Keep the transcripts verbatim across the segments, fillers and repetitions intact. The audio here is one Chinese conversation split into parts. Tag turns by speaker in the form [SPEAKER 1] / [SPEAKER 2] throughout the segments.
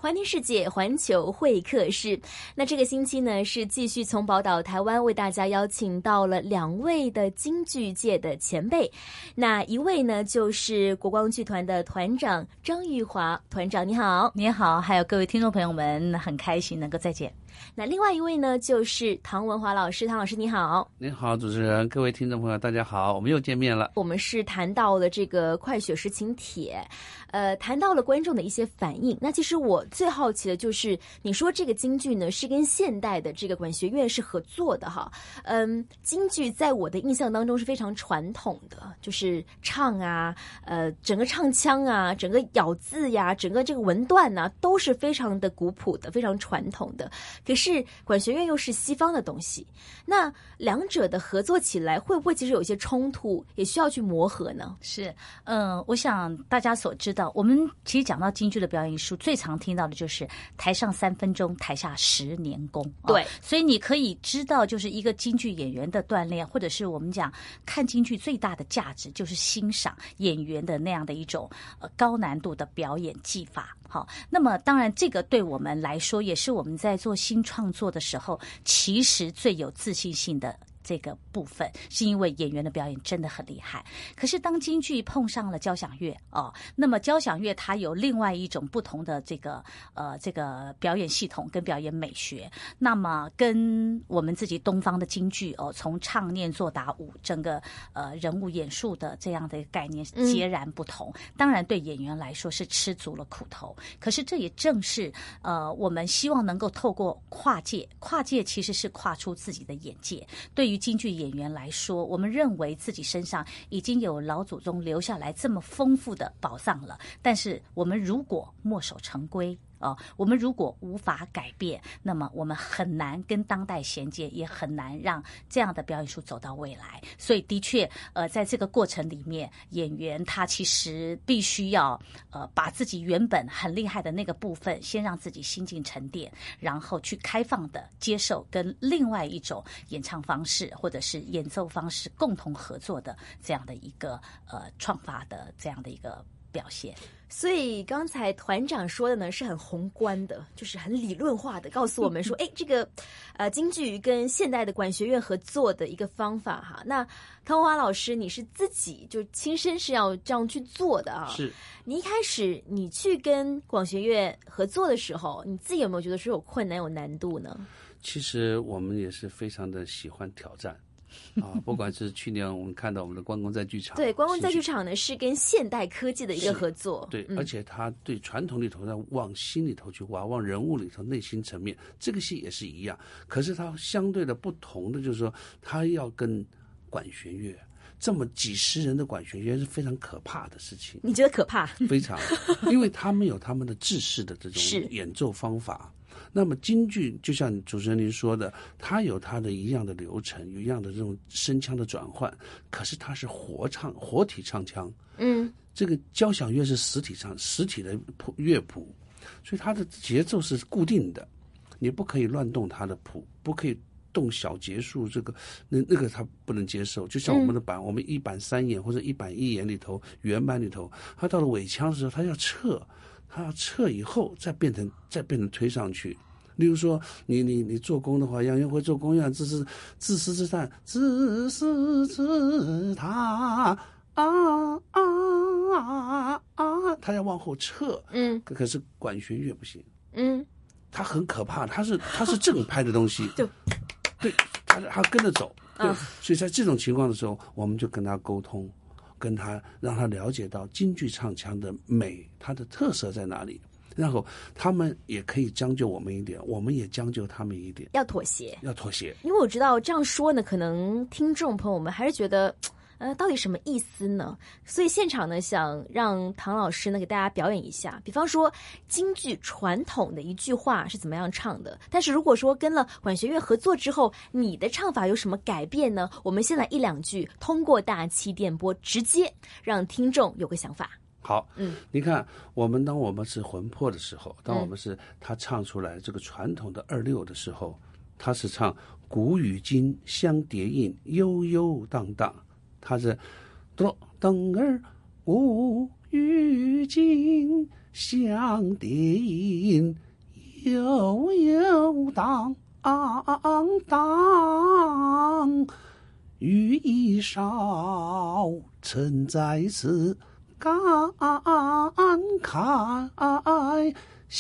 [SPEAKER 1] 环听世界，环球会客室。那这个星期呢，是继续从宝岛台湾为大家邀请到了两位的京剧界的前辈。那一位呢，就是国光剧团的团长张玉华团长，你好。
[SPEAKER 2] 你好，还有各位听众朋友们，很开心能够再见。
[SPEAKER 1] 那另外一位呢，就是唐文华老师，唐老师你好。
[SPEAKER 3] 你好，主持人，各位听众朋友，大家好，我们又见面了。
[SPEAKER 1] 我们是谈到了这个快雪时晴帖，呃，谈到了观众的一些反应。那其实我最好奇的就是，你说这个京剧呢是跟现代的这个管弦乐是合作的哈，嗯，京剧在我的印象当中是非常传统的，就是唱啊，呃，整个唱腔啊，整个咬字呀，整个这个文段呐、啊，都是非常的古朴的，非常传统的。可是管弦乐又是西方的东西，那两者的合作起来，会不会其实有一些冲突，也需要去磨合呢？
[SPEAKER 2] 是，嗯、呃，我想大家所知道，我们其实讲到京剧的表演艺术，最常听到的就是台上三分钟，台下十年功。
[SPEAKER 1] 对、哦，
[SPEAKER 2] 所以你可以知道，就是一个京剧演员的锻炼，或者是我们讲看京剧最大的价值，就是欣赏演员的那样的一种呃高难度的表演技法。好，那么当然，这个对我们来说，也是我们在做新创作的时候，其实最有自信性的这个部分，是因为演员的表演真的很厉害。可是当京剧碰上了交响乐哦，那么交响乐它有另外一种不同的这个呃这个表演系统跟表演美学，那么跟我们自己东方的京剧哦，从唱念做打舞整个呃人物演述的这样的一个概念截然不同。嗯、当然对演员来说是吃足了苦头，可是这也正是呃我们希望能够透过跨界，跨界其实是跨出自己的眼界。对于京剧演员来说，我们认为自己身上已经有老祖宗留下来这么丰富的宝藏了，但是我们如果墨守成规哦，我们如果无法改变，那么我们很难跟当代衔接，也很难让这样的表演术走到未来。所以的确呃在这个过程里面，演员他其实必须要呃把自己原本很厉害的那个部分先让自己心境沉淀，然后去开放的接受跟另外一种演唱方式或者是演奏方式共同合作的这样的一个呃创发的这样的一个表现。
[SPEAKER 1] 所以刚才团长说的呢是很宏观的，就是很理论化的告诉我们说，哎，这个呃京剧跟现代的管弦乐合作的一个方法哈。那汤华老师，你是自己就亲身是要这样去做的啊？
[SPEAKER 3] 是。
[SPEAKER 1] 你一开始你去跟管弦乐合作的时候，你自己有没有觉得说有困难有难度呢？
[SPEAKER 3] 其实我们也是非常的喜欢挑战。啊，不管是去年我们看到我们的关公在剧场，
[SPEAKER 1] 对，关公在剧场呢是跟现代科技的一个合作，
[SPEAKER 3] 对、
[SPEAKER 1] 嗯，
[SPEAKER 3] 而且他对传统里头呢往心里头去挖，往人物里头内心层面，这个戏也是一样。可是它相对的不同的就是说，他要跟管弦乐这么几十人的管弦乐是非常可怕的事情。
[SPEAKER 1] 你觉得可怕？
[SPEAKER 3] 非常，因为他们有他们的制式的这种演奏方法。那么京剧就像主持人您说的，它有它的一样的流程，有一样的这种声腔的转换，可是它是活唱活体唱腔。
[SPEAKER 1] 嗯，
[SPEAKER 3] 这个交响乐是实体唱实体的乐谱，所以它的节奏是固定的，你不可以乱动它的谱，不可以动小节数，这个那那个他不能接受。就像我们的板、嗯、我们一板三眼或者一板一眼里头原版里头，它到了尾腔的时候它要撤，它要撤以后再变成再变成推上去。例如说你你你做工的话，杨元辉做工一样，自是自私自叹，自私自叹啊啊啊啊，他要往后撤。
[SPEAKER 1] 嗯，
[SPEAKER 3] 可是管弦乐不行。
[SPEAKER 1] 嗯，它
[SPEAKER 3] 很可怕，它是它是正拍的东西，
[SPEAKER 1] 就
[SPEAKER 3] 对，他他跟着走，对、
[SPEAKER 1] 嗯，
[SPEAKER 3] 所以在这种情况的时候，我们就跟他沟通，跟他让他了解到京剧唱腔的美，它的特色在哪里。然后他们也可以将就我们一点，我们也将就他们一点，
[SPEAKER 1] 要妥协，
[SPEAKER 3] 要妥协。
[SPEAKER 1] 因为我知道这样说呢，可能听众朋友们还是觉得，呃，到底什么意思呢？所以现场呢，想让唐老师呢给大家表演一下，比方说京剧传统的一句话是怎么样唱的，但是如果说跟了管弦乐合作之后，你的唱法有什么改变呢？我们先来一两句，通过大气电波直接让听众有个想法。
[SPEAKER 3] 好，
[SPEAKER 1] 嗯，
[SPEAKER 3] 你看，我们当我们是魂魄的时候，当我们是他唱出来这个传统的二六的时候，他是唱古与今相叠印，悠悠荡荡，他是哆等儿古与今像蝶音悠悠荡荡，羽翼少曾在此感慨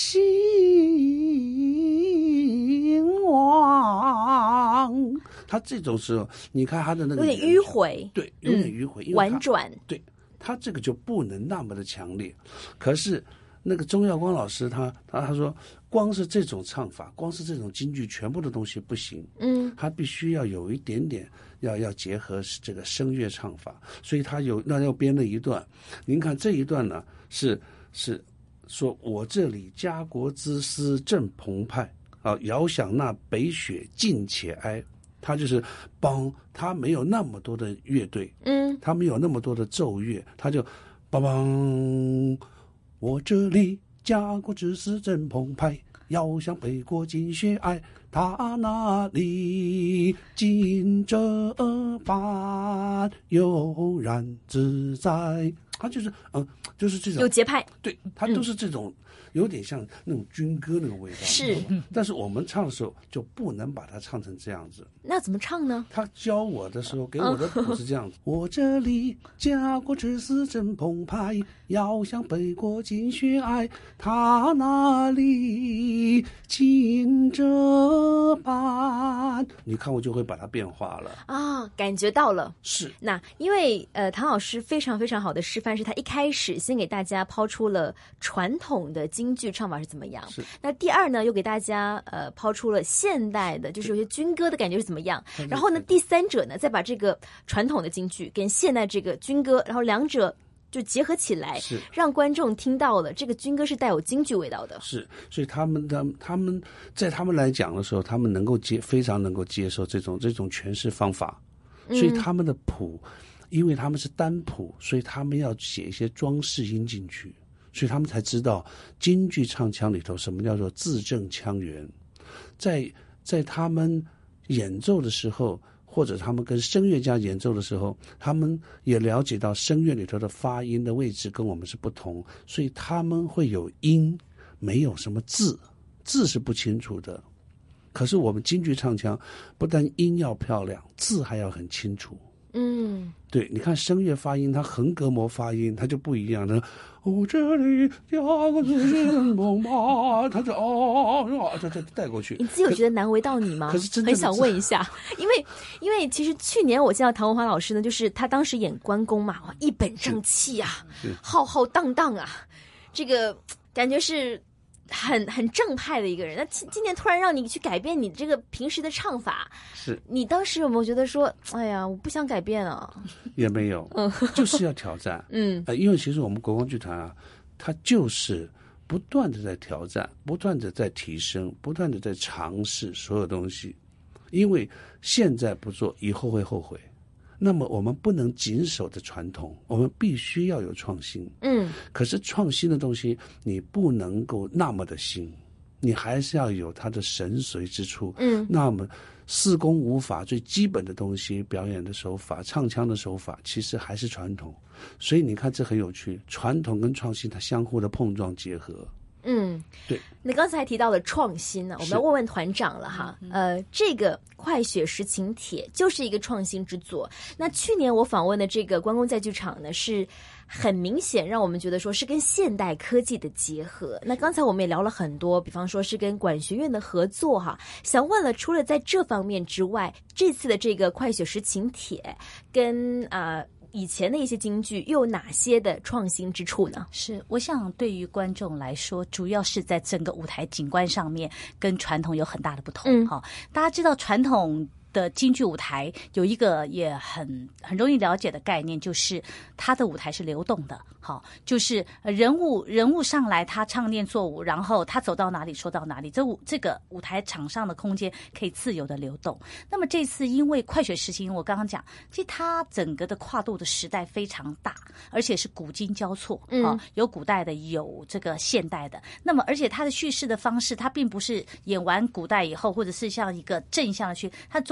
[SPEAKER 3] 兴亡。他这种时候，你看他的那个
[SPEAKER 1] 有点迂回，
[SPEAKER 3] 对，有点迂回，
[SPEAKER 1] 嗯、婉转。
[SPEAKER 3] 对，他这个就不能那么的强烈。可是那个钟耀光老师他他他说，光是这种唱法，光是这种京剧全部的东西不行，
[SPEAKER 1] 嗯，
[SPEAKER 3] 他必须要有一点点要要结合这个声乐唱法，所以他有那又编了一段。您看这一段呢，是是说我这里家国之思正澎湃啊，遥想那北雪尽且哀。他就是帮他没有那么多的乐队，
[SPEAKER 1] 嗯，
[SPEAKER 3] 他没有那么多的奏乐，他就梆梆，我这里家国之思正澎湃，遥想北国尽雪哀，他那里尽这般悠然自在。他就是嗯，就是这种
[SPEAKER 1] 有节拍，
[SPEAKER 3] 对，他都是这种、嗯、有点像那种军歌那个味道。
[SPEAKER 1] 是，
[SPEAKER 3] 但是我们唱的时候就不能把它唱成这样子。
[SPEAKER 1] 那怎么唱呢？
[SPEAKER 3] 他教我的时候给我的谱是这样子：我这里家国之思正澎湃，遥想北国尽雪哀，他那里尽这般。你看我就会把它变化了
[SPEAKER 1] 啊，感觉到了。
[SPEAKER 3] 是，
[SPEAKER 1] 那因为呃，唐老师非常非常好的示范是他一开始先给大家抛出了传统的京剧唱法是怎么样，
[SPEAKER 3] 是。
[SPEAKER 1] 那第二呢，又给大家呃抛出了现代的，就是有些军歌的感觉是怎么样。然后呢，第三者呢，再把这个传统的京剧跟现代这个军歌，然后两者就结合起来，
[SPEAKER 3] 是
[SPEAKER 1] 让观众听到了这个军歌是带有京剧味道的。
[SPEAKER 3] 是，所以他们的他们在他们来讲的时候，他们能够接非常能够接受这种这种诠释方法，所以他们的谱。嗯，因为他们是单谱，所以他们要写一些装饰音进去，所以他们才知道京剧唱腔里头什么叫做字正腔圆。在在他们演奏的时候，或者他们跟声乐家演奏的时候，他们也了解到声乐里头的发音的位置跟我们是不同，所以他们会有音，没有什么字，字是不清楚的。可是我们京剧唱腔不但音要漂亮，字还要很清楚。
[SPEAKER 1] 嗯，
[SPEAKER 3] 对，你看声乐发音，它横膈膜发音，它就不一样的。哦，这里家国之思澎湃，它就哦哦，这这带过去。
[SPEAKER 1] 你自己有觉得难为到你吗？
[SPEAKER 3] 可是真的
[SPEAKER 1] 很想问一下，因为因为其实去年我见到唐文华老师呢，就是他当时演关公嘛，一本正气啊，浩浩荡荡啊，这个感觉是。很很正派的一个人，那今今年突然让你去改变你这个平时的唱法，
[SPEAKER 3] 是
[SPEAKER 1] 你当时有没有觉得说，哎呀，我不想改变啊？
[SPEAKER 3] 也没有，嗯，就是要挑战，
[SPEAKER 1] 嗯，
[SPEAKER 3] 呃，因为其实我们国光剧团啊，它就是不断的在挑战，不断的在提升，不断的在尝试所有东西，因为现在不做，以后会后悔。那么我们不能谨守着传统，我们必须要有创新。
[SPEAKER 1] 嗯，
[SPEAKER 3] 可是创新的东西你不能够那么的新，你还是要有它的神髓之处。
[SPEAKER 1] 嗯，
[SPEAKER 3] 那么四功五法最基本的东西，表演的手法、唱腔的手法，其实还是传统。所以你看这很有趣，传统跟创新它相互的碰撞结合。
[SPEAKER 1] 嗯，
[SPEAKER 3] 对。
[SPEAKER 1] 那刚才提到了创新呢，我们要问问团长了哈。呃，这个《快雪时晴帖》就是一个创新之作。那去年我访问的这个关公在剧场呢，是很明显让我们觉得说是跟现代科技的结合。那刚才我们也聊了很多，比方说是跟管学院的合作哈。想问了，除了在这方面之外，这次的这个《快雪时晴帖》跟啊。呃以前的一些京剧又有哪些的创新之处呢？
[SPEAKER 2] 是，我想对于观众来说，主要是在整个舞台景观上面跟传统有很大的不同。
[SPEAKER 1] 嗯，
[SPEAKER 2] 好，大家知道传统的京剧舞台有一个也很很容易了解的概念，就是它的舞台是流动的。好，就是人物人物上来，他唱念做舞，然后他走到哪里说到哪里，这舞这个舞台场上的空间可以自由的流动。那么这次因为快雪时晴，我刚刚讲，其实它整个的跨度的时代非常大，而且是古今交错，
[SPEAKER 1] 嗯、
[SPEAKER 2] 啊，有古代的，有这个现代的。那么而且它的叙事的方式，它并不是演完古代以后，或者是像一个正向的去，它中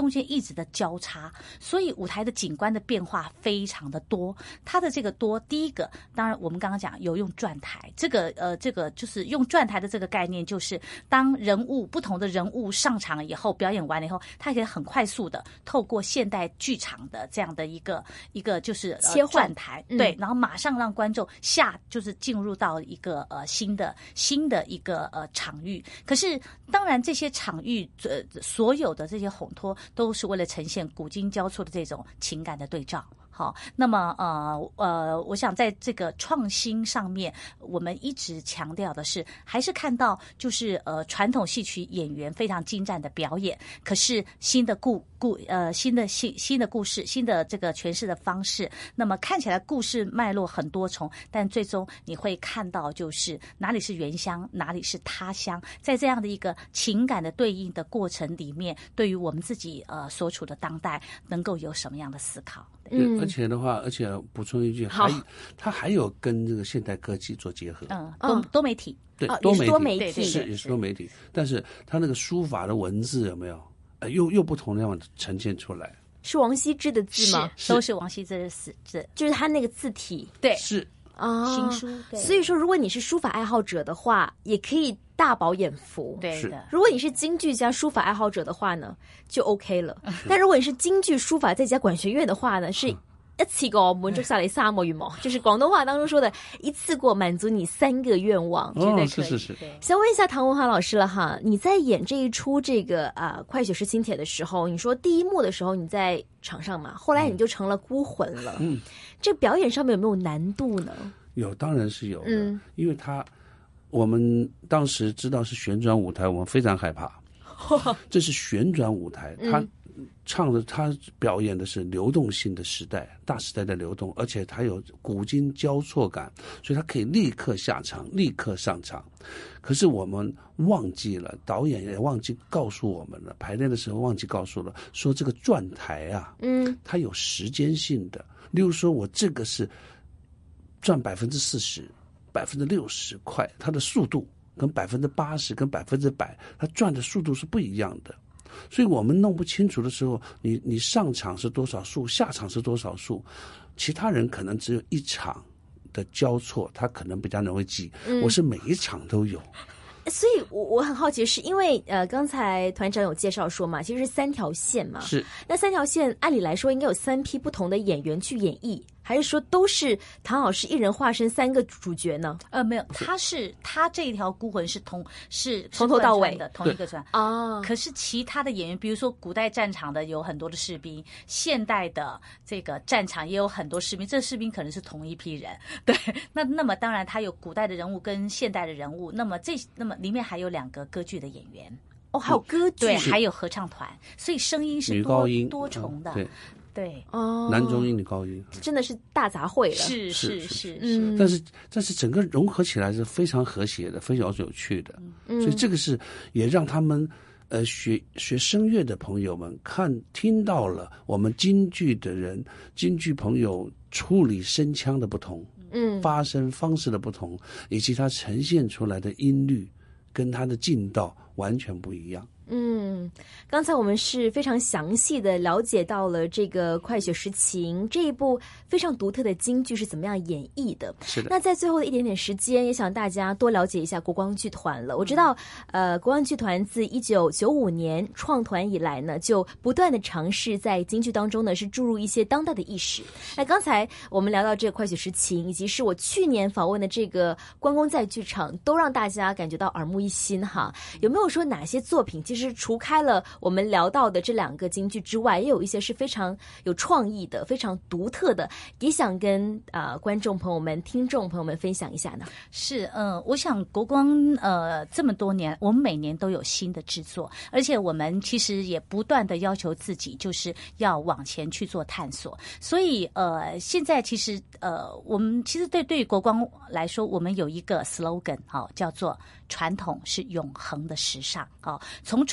[SPEAKER 2] 中间一直的交叉，所以舞台的景观的变化非常的多。它的这个多，第一个当然我们刚刚讲有用转台，这个呃这个就是用转台的这个概念，就是当人物不同的人物上场以后，表演完了以后，它可以很快速的透过现代剧场的这样的一个一个就是、呃、
[SPEAKER 1] 切换
[SPEAKER 2] 转台，
[SPEAKER 1] 嗯、
[SPEAKER 2] 对，然后马上让观众下就是进入到一个呃新的新的一个呃场域。可是当然这些场域呃所有的这些烘托都是为了呈现古今交错的这种情感的对照。好，那么呃呃，我想在这个创新上面，我们一直强调的是，还是看到就是呃传统戏曲演员非常精湛的表演，可是新的故故呃新的新新的故事，新的这个诠释的方式，那么看起来故事脉络很多重，但最终你会看到就是哪里是原乡，哪里是他乡，在这样的一个情感的对应的过程里面，对于我们自己呃所处的当代，能够有什么样的思考？
[SPEAKER 3] 嗯，而且的话，而且补充一句，还它还有跟这个现代科技做结合，
[SPEAKER 2] 嗯，多多媒体，
[SPEAKER 3] 对，
[SPEAKER 1] 哦、
[SPEAKER 3] 多媒体，
[SPEAKER 1] 多媒体
[SPEAKER 3] 是也是多媒体，但是它那个书法的文字有没有，呃，又又不同样的呈现出来。
[SPEAKER 1] 是王羲之的字吗？
[SPEAKER 2] 是都是王羲之的字，
[SPEAKER 1] 就是他那个字体，
[SPEAKER 2] 对，
[SPEAKER 3] 是
[SPEAKER 1] 啊，
[SPEAKER 2] 行书。对，
[SPEAKER 1] 所以说，如果你是书法爱好者的话，也可以大饱眼福。
[SPEAKER 2] 对的。
[SPEAKER 1] 如果你是京剧加书法爱好者的话呢，就 OK 了。但如果你是京剧、书法再加管学院的话呢，是一次过滿足晒你三個願望，就是廣東話當中說的一次過滿足你三個願望，絕對可以。
[SPEAKER 3] 是是是。
[SPEAKER 1] 想問一下唐文華老師了哈，你在演這一出這個啊、呃《快雪時晴帖》的時候，你說第一幕的時候你在場上嘛，後來你就成了孤魂了。嗯，這表演上面有沒有難度呢？
[SPEAKER 3] 有，當然是有的。
[SPEAKER 1] 嗯，
[SPEAKER 3] 因為他我們當時知道是旋轉舞台，我們非常害怕。這是旋轉舞台，他。嗯唱的他表演的是流動性的時代，大時代的流動，而且他有古今交錯感，所以他可以立刻下場，立刻上場。可是我們忘記了，導演也忘記告訴我們了，排練的時候忘記告訴了，說這個轉台啊，嗯，它有時間性的。例如說我這個是轉百分之四十、百分之六十快，它的速度跟百分之八十、跟百分之百，它轉的速度是不一樣的。所以我們弄不清楚的時候，你你上場是多少數，下場是多少數，其他人可能只有一場的交錯，他可能比較容易記。嗯、我是每一場都有。
[SPEAKER 1] 所以我我很好奇，是因為呃剛才團長有介紹說嘛，其實是三條線嘛。
[SPEAKER 3] 是。那
[SPEAKER 1] 三條線按理來說應該有三批不同的演員去演繹，還是說都是唐老師一人化身三個主角呢？
[SPEAKER 2] 呃，沒有，他是他這一條孤魂是同是
[SPEAKER 1] 從頭到尾
[SPEAKER 2] 的同一個船
[SPEAKER 1] 啊。
[SPEAKER 2] 可是其他的演員，比如說古代戰場的有很多的士兵，現代的這個戰場也有很多士兵，這士兵可能是同一批人。對，那那麼當然他有古代的人物跟現代的人物，那麼這那麼裡面還有兩個歌劇的演員。
[SPEAKER 1] 哦，還有歌劇，
[SPEAKER 2] 對，還有合唱團，所以聲音是多多重的。
[SPEAKER 3] 嗯、對。
[SPEAKER 2] 对
[SPEAKER 1] 哦，
[SPEAKER 3] 男中音女高音，
[SPEAKER 1] 真的是大杂烩了。
[SPEAKER 2] 是是是是，
[SPEAKER 1] 嗯，
[SPEAKER 3] 但是但是整个融合起来是非常和谐的，非常有趣的。嗯，所以这个是也让他们呃学学声乐的朋友们看听到了我们京剧的人，京剧朋友处理声腔的不同，嗯，发声方式的不同，以及它呈现出来的音律跟它的劲道完全不一样。
[SPEAKER 1] 嗯，刚才我们是非常详细的了解到了这个《快雪时晴》这一部非常独特的京剧是怎么样演绎的。
[SPEAKER 3] 是的。
[SPEAKER 1] 那在最后的一点点时间，也想大家多了解一下国光剧团了。我知道，呃，国光剧团自一九九五年创团以来呢，就不断的尝试在京剧当中呢是注入一些当代的意识。那刚才我们聊到这个《快雪时晴》，以及是我去年访问的这个关公在剧场，都让大家感觉到耳目一新哈。有没有说哪些作品其实？是除开了我们聊到的这两个京剧之外，也有一些是非常有创意的、非常独特的，也想跟呃观众朋友们、听众朋友们分享一下呢。
[SPEAKER 2] 是，呃，我想国光呃这么多年，我们每年都有新的制作，而且我们其实也不断的要求自己，就是要往前去做探索。所以呃，现在其实呃，我们其实对对于国光来说，我们有一个 slogan 哈、哦，叫做传统是永恒的时尚。哦，从传统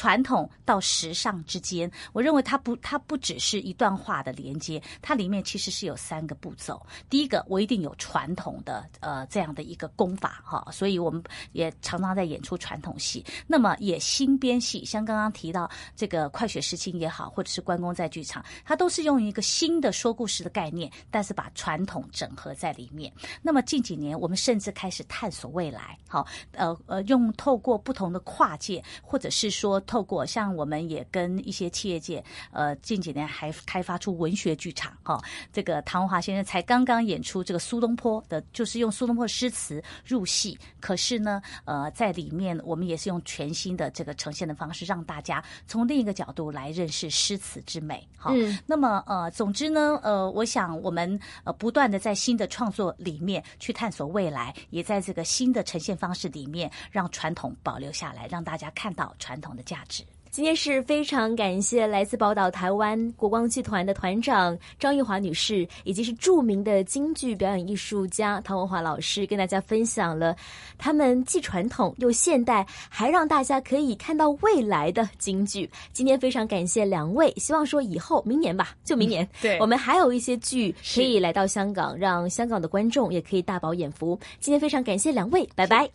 [SPEAKER 2] 统到时尚之间，我认为它不它不只是一段话的连接，它里面其实是有三个步骤。第一个，我一定有传统的呃这样的一个功法哈，所以我们也常常在演出传统戏。那么也新编戏，像刚刚提到这个快雪时晴也好，或者是关公在剧场，它都是用一个新的说故事的概念，但是把传统整合在里面。那么近几年我们甚至开始探索未来，好，呃呃，用透过不同的跨界，或者是说透过像我们也跟一些企业界，呃，近几年还开发出文学剧场，哈、哦，这个唐文华先生才刚刚演出这个苏东坡的，就是用苏东坡诗词入戏，可是呢，呃，在里面我们也是用全新的这个呈现的方式，让大家从另一个角度来认识诗词之美，好、哦嗯，那么呃，总之呢，呃，我想我们呃不断的在新的创作里面去探索未来，也在这个新的呈现方式里面，让传统保留下来，让大家看到传统的价值。
[SPEAKER 1] 今天是非常感谢来自宝岛台湾国光剧团的团长张玉华女士，以及是著名的京剧表演艺术家唐文华老师，跟大家分享了他们既传统又现代，还让大家可以看到未来的京剧。今天非常感谢两位，希望说以后明年吧，就明年、嗯、对，我们还有一些剧可以来到香港，让香港的观众也可以大饱眼福。今天非常感谢两位，拜拜。